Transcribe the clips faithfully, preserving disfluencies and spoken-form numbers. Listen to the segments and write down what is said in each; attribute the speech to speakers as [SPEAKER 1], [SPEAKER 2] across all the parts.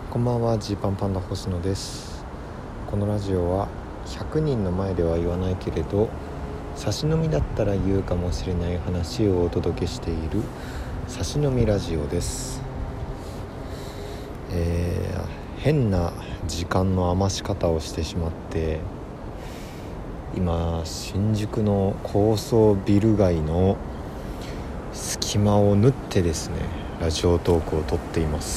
[SPEAKER 1] こんばんは、ジーパンパンダ星野です。このラジオはひゃくにんの前では言わないけれど差し飲みだったら言うかもしれない話をお届けしている差し飲みラジオです。えー、変な時間の余し方をしてしまって、今新宿の高層ビル街の隙間を縫ってですねラジオトークを撮っています。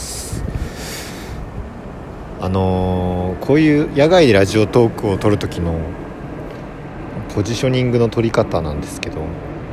[SPEAKER 1] あのー、こういう野外でラジオトークを撮る時のポジショニングの撮り方なんですけど、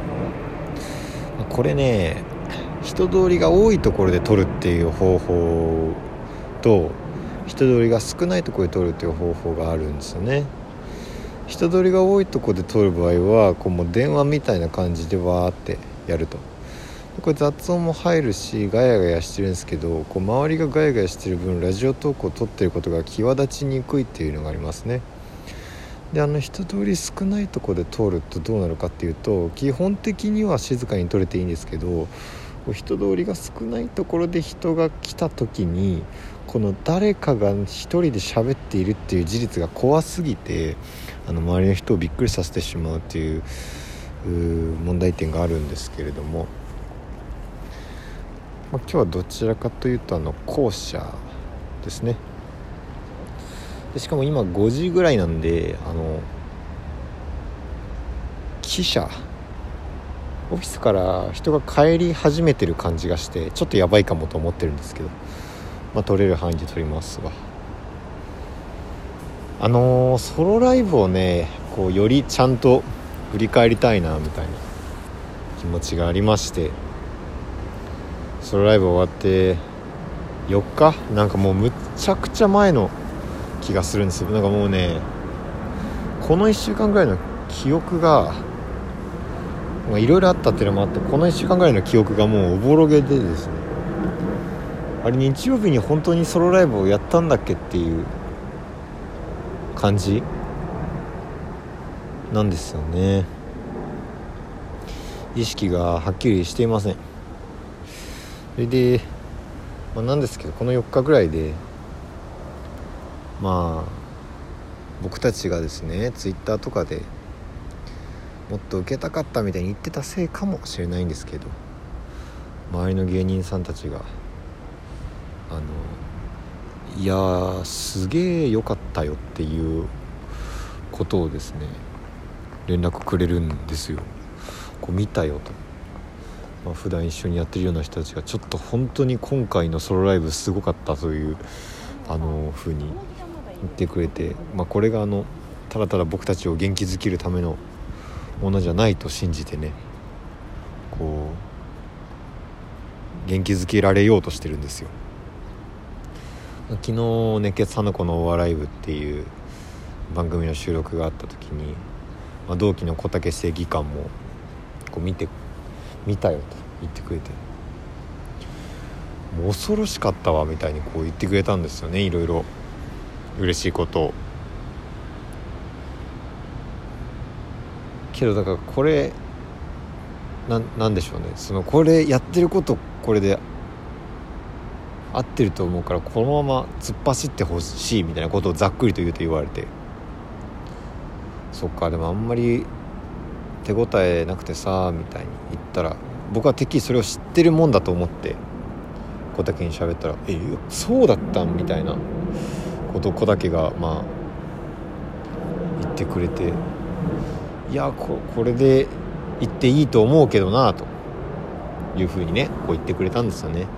[SPEAKER 1] これね、人通りが多いところで撮るっていう方法と人通りが少ないところで撮るっていう方法があるんですよね。人通りが多いところで撮る場合はこうもう電話みたいな感じでわーってやると、これ雑音も入るしガヤガヤしてるんですけど、こう周りがガヤガヤしてる分ラジオトークを撮ってることが際立ちにくいっていうのがありますね。で、あの人通り少ないところで撮るとどうなるかっていうと、基本的には静かに撮れていいんですけど、人通りが少ないところで人が来た時にこの誰かが一人で喋っているっていう事実が怖すぎて、あの周りの人をびっくりさせてしまうっていう、うー問題点があるんですけれども、まあ、今日はどちらかというとあの後者ですね。でしかも今ごじぐらいなんで、あの汽車オフィスから人が帰り始めてる感じがして、ちょっとやばいかもと思ってるんですけど、まあ撮れる範囲で撮りますが、あのー、ソロライブをねこうよりちゃんと振り返りたいなみたいな気持ちがありまして、ソロライブ終わってよっか、なんかもうむっちゃくちゃ前の気がするんですよ。なんかもうね、このいっしゅうかんぐらいの記憶がいろいろあったっていうのもあって、このいっしゅうかんぐらいの記憶がもうおぼろげでですね、あれ日曜日に本当にソロライブをやったんだっけっていう感じなんですよね。意識がはっきりしていません。それで、まあ、なんですけど、このよっかぐらいでまあ僕たちがですねツイッターとかでもっと受けたかったみたいに言ってたせいかもしれないんですけど、周りの芸人さんたちがあのいやーすげー良かったよっていうことをですね連絡くれるんですよ。こう見たよと、まあ、普段一緒にやってるような人たちがちょっと本当に今回のソロライブすごかったというあの風に言ってくれて、まあ、これがあのただただ僕たちを元気づけるためのものじゃないと信じてね、こう元気づけられようとしてるんですよ。昨日熱血花子のお笑い部っていう番組の収録があった時に、まあ、同期の小竹正義感もこう見て見たよと言ってくれて、もう恐ろしかったわみたいにこう言ってくれたんですよね。いろいろ嬉しいことを。けどだからこれな、なんでしょうね、そのこれやってることこれで合ってると思うからこのまま突っ走ってほしいみたいなことをざっくりと言うと言われて、そっかでもあんまり手応えなくてさみたいに言ったら、僕はてっきりそれを知ってるもんだと思って小竹に喋ったら、えそうだったんみたいなことを小竹がまあ言ってくれて、いや こ, これで言っていいと思うけどなというふうにねこう言ってくれたんですよね。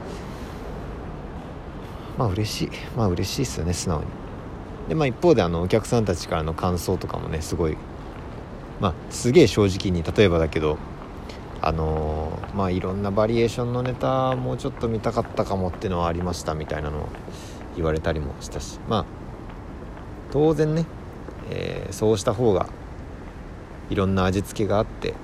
[SPEAKER 1] まあ嬉しいまあ嬉しいですよね、素直に。でまあ一方であのお客さんたちからの感想とかもねすごい、まあすげえ正直に、例えばだけどあのー、まあいろんなバリエーションのネタもうちょっと見たかったかもっていうのはありましたみたいなのを言われたりもしたし、まあ当然ね、えー、そうした方がいろんな味付けがあって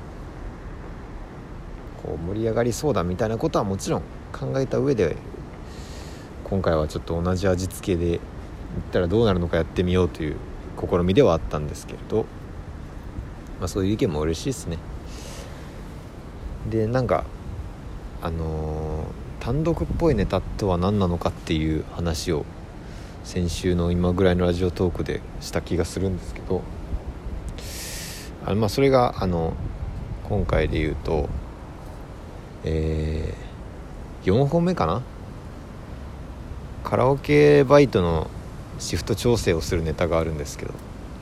[SPEAKER 1] こう盛り上がりそうだみたいなことはもちろん考えた上で、今回はちょっと同じ味付けでいったらどうなるのかやってみようという試みではあったんですけれど、まあそういう意見も嬉しいですね。でなんかあの単独っぽいネタとは何なのかっていう話を先週の今ぐらいのラジオトークでした気がするんですけど、あのまあそれがあの今回で言うと、えー、よんほんめかな。カラオケバイトのシフト調整をするネタがあるんですけど、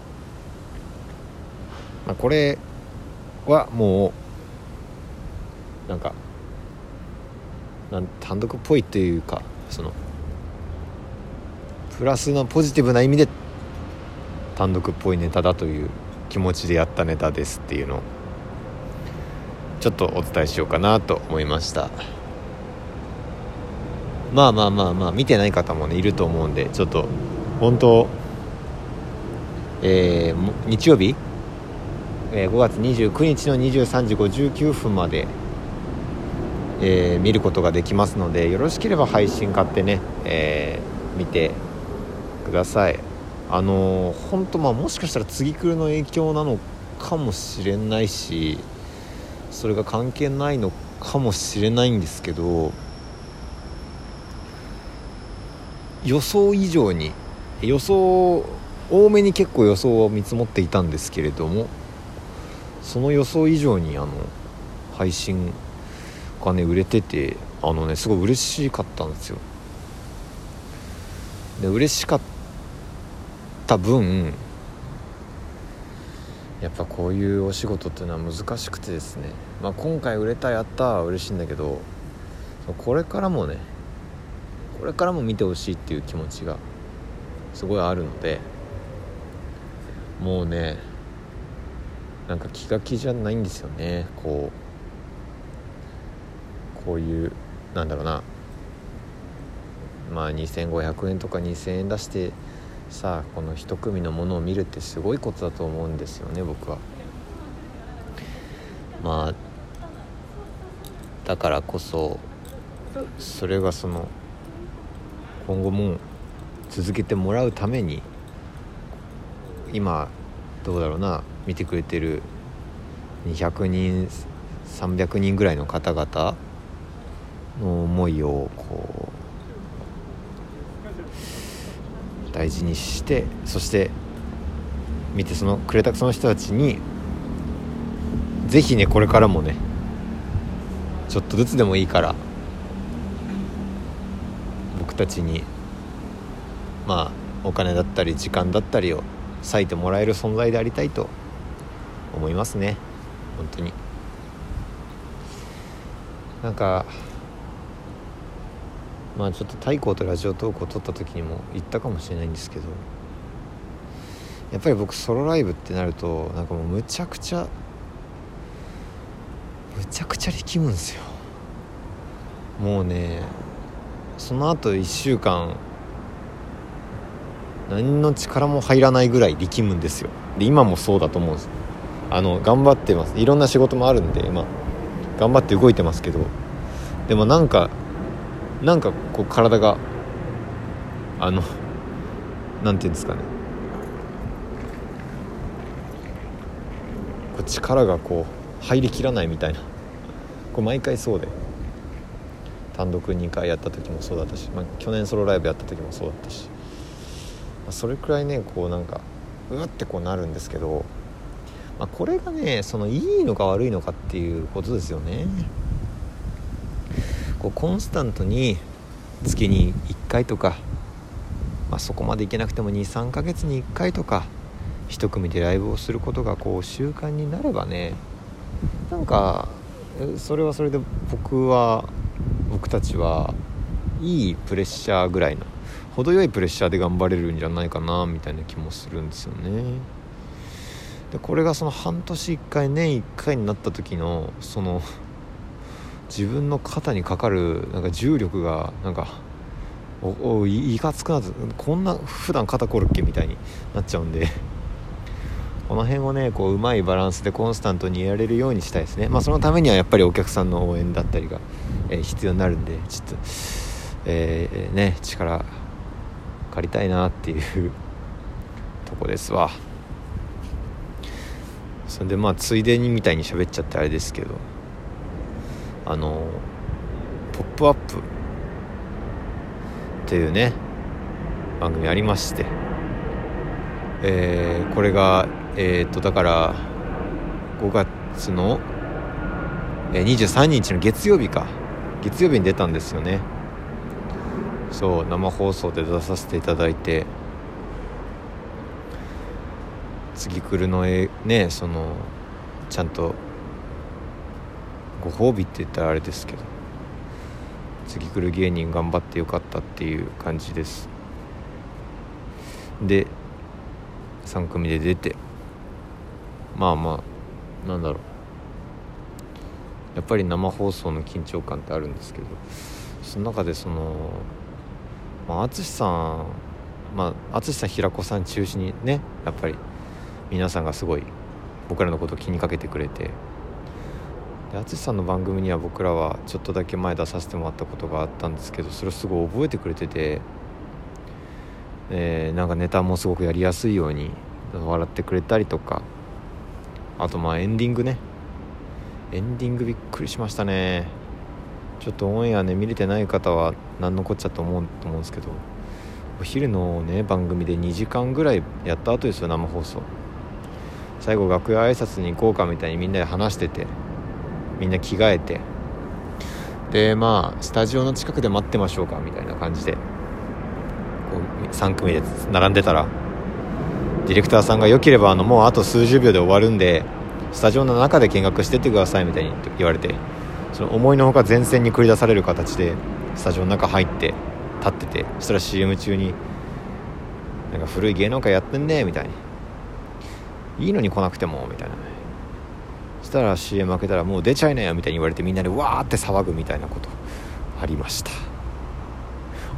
[SPEAKER 1] まあ、これはもうなんかなん単独っぽいというか、そのプラスのポジティブな意味で単独っぽいネタだという気持ちでやったネタですっていうのをちょっとお伝えしようかなと思いました。まあまあまあまあ見てない方もねいると思うんで、ちょっと本当、えー、日曜日、えー、ごがつにじゅうくにちのにじゅうさんじごじゅうきゅうふんまで、えー、見ることができますので、よろしければ配信買ってね、えー、見てください。あのー、本当まあもしかしたら次来るの影響なのかもしれないし、それが関係ないのかもしれないんですけど、予想以上に予想多めに結構予想を見積もっていたんですけれども、その予想以上にあの配信がね売れてて、あのねすごい嬉しかったんですよ。で嬉しかった分、やっぱこういうお仕事っていうのは難しくてですね、まあ、今回売れたやったは嬉しいんだけど、これからもねこれからも見てほしいっていう気持ちがすごいあるので、もうねなんか気が気じゃないんですよね。こうこういうなんだろうな、まあにせんごひゃくえんとかにせんえん出してさあこの一組のものを見るってすごいことだと思うんですよね、僕は。まあだからこそそれがその今後も続けてもらうために、今どうだろうな、見てくれてるにひゃくにんさんびゃくにんぐらいの方々の思いをこう大事にして、そして見てそのくれたその人たちにぜひねこれからもねちょっとずつでもいいから僕たちにまあお金だったり時間だったりを割いてもらえる存在でありたいと思いますね。本当になんかまあちょっと太閤とラジオトークを撮った時にも言ったかもしれないんですけど、やっぱり僕ソロライブってなるとなんかもうむちゃくちゃむちゃくちゃ力むんですよ。もうねその後いっしゅうかん何の力も入らないぐらい力むんですよ。で今もそうだと思うんです。あの頑張ってます、いろんな仕事もあるんで、まあ、頑張って動いてますけど、でもなんかなんかこう体があのなんていうんですかね、こう力がこう入りきらないみたいな、これ毎回そうで、単独にかいやった時もそうだったし、まあ、去年ソロライブやった時もそうだったし、まあ、それくらいねこうなんかうわってこうなるんですけど、まあ、これがねそのいいのか悪いのかっていうことですよね。こうコンスタントに月にいっかいとか、まあ、そこまでいけなくても にさんかげつにいっかいとか一組でライブをすることがこう習慣になればね、なんかそれはそれで僕は僕たちはいいプレッシャーぐらいの程よいプレッシャーで頑張れるんじゃないかなみたいな気もするんですよね。でこれがその半年いっかい年いっかいになった時のその自分の肩にかかるなんか重力がなんかおおいかつくなって、こんな普段肩こるっけみたいになっちゃうんで、この辺をねこううまいバランスでコンスタントにやれるようにしたいですね。まあそのためにはやっぱりお客さんの応援だったりが、えー、必要になるんで、ちょっと、えー、ね力借りたいなっていうとこですわ。それでまあついでにみたいに喋っちゃってあれですけど、あのポップアップっていうね番組ありまして、えー、これがえー、っとだからごがつのにじゅうさんにちの月曜日か月曜日に出たんですよね。そう生放送で出させていただいて、次来るのえねそのちゃんとご褒美って言ったらあれですけど、次来る芸人頑張ってよかったっていう感じです。でさん組で出て、まあまあなんだろう、やっぱり生放送の緊張感ってあるんですけど、その中でそのまあ淳さんまあ淳さん平子さん中心にね、やっぱり皆さんがすごい僕らのことを気にかけてくれて、で淳さんの番組には僕らはちょっとだけ前出させてもらったことがあったんですけど、それをすごい覚えてくれてて、えー、なんかネタもすごくやりやすいように笑ってくれたりとか、あとまあエンディングねエンディングびっくりしましたね。ちょっとオンエアね見れてない方は何のこっちゃと思うと思うんですけど、お昼のね番組でにじかんぐらいやった後ですよ、生放送。最後楽屋挨拶に行こうかみたいにみんなで話してて、みんな着替えて、でまあスタジオの近くで待ってましょうかみたいな感じでこうさん組で並んでたら、ディレクターさんが良ければあのもうあと数十秒で終わるんでスタジオの中で見学してってくださいみたいに言われて、その思いのほか前線に繰り出される形でスタジオの中入って立ってて、そしたら シーエム 中になんか古い芸能界やってんねみたいに、いいのに来なくてもみたいな、そしたら シーエム 開けたらもう出ちゃいなよみたいに言われて、みんなでわーって騒ぐみたいなことありました。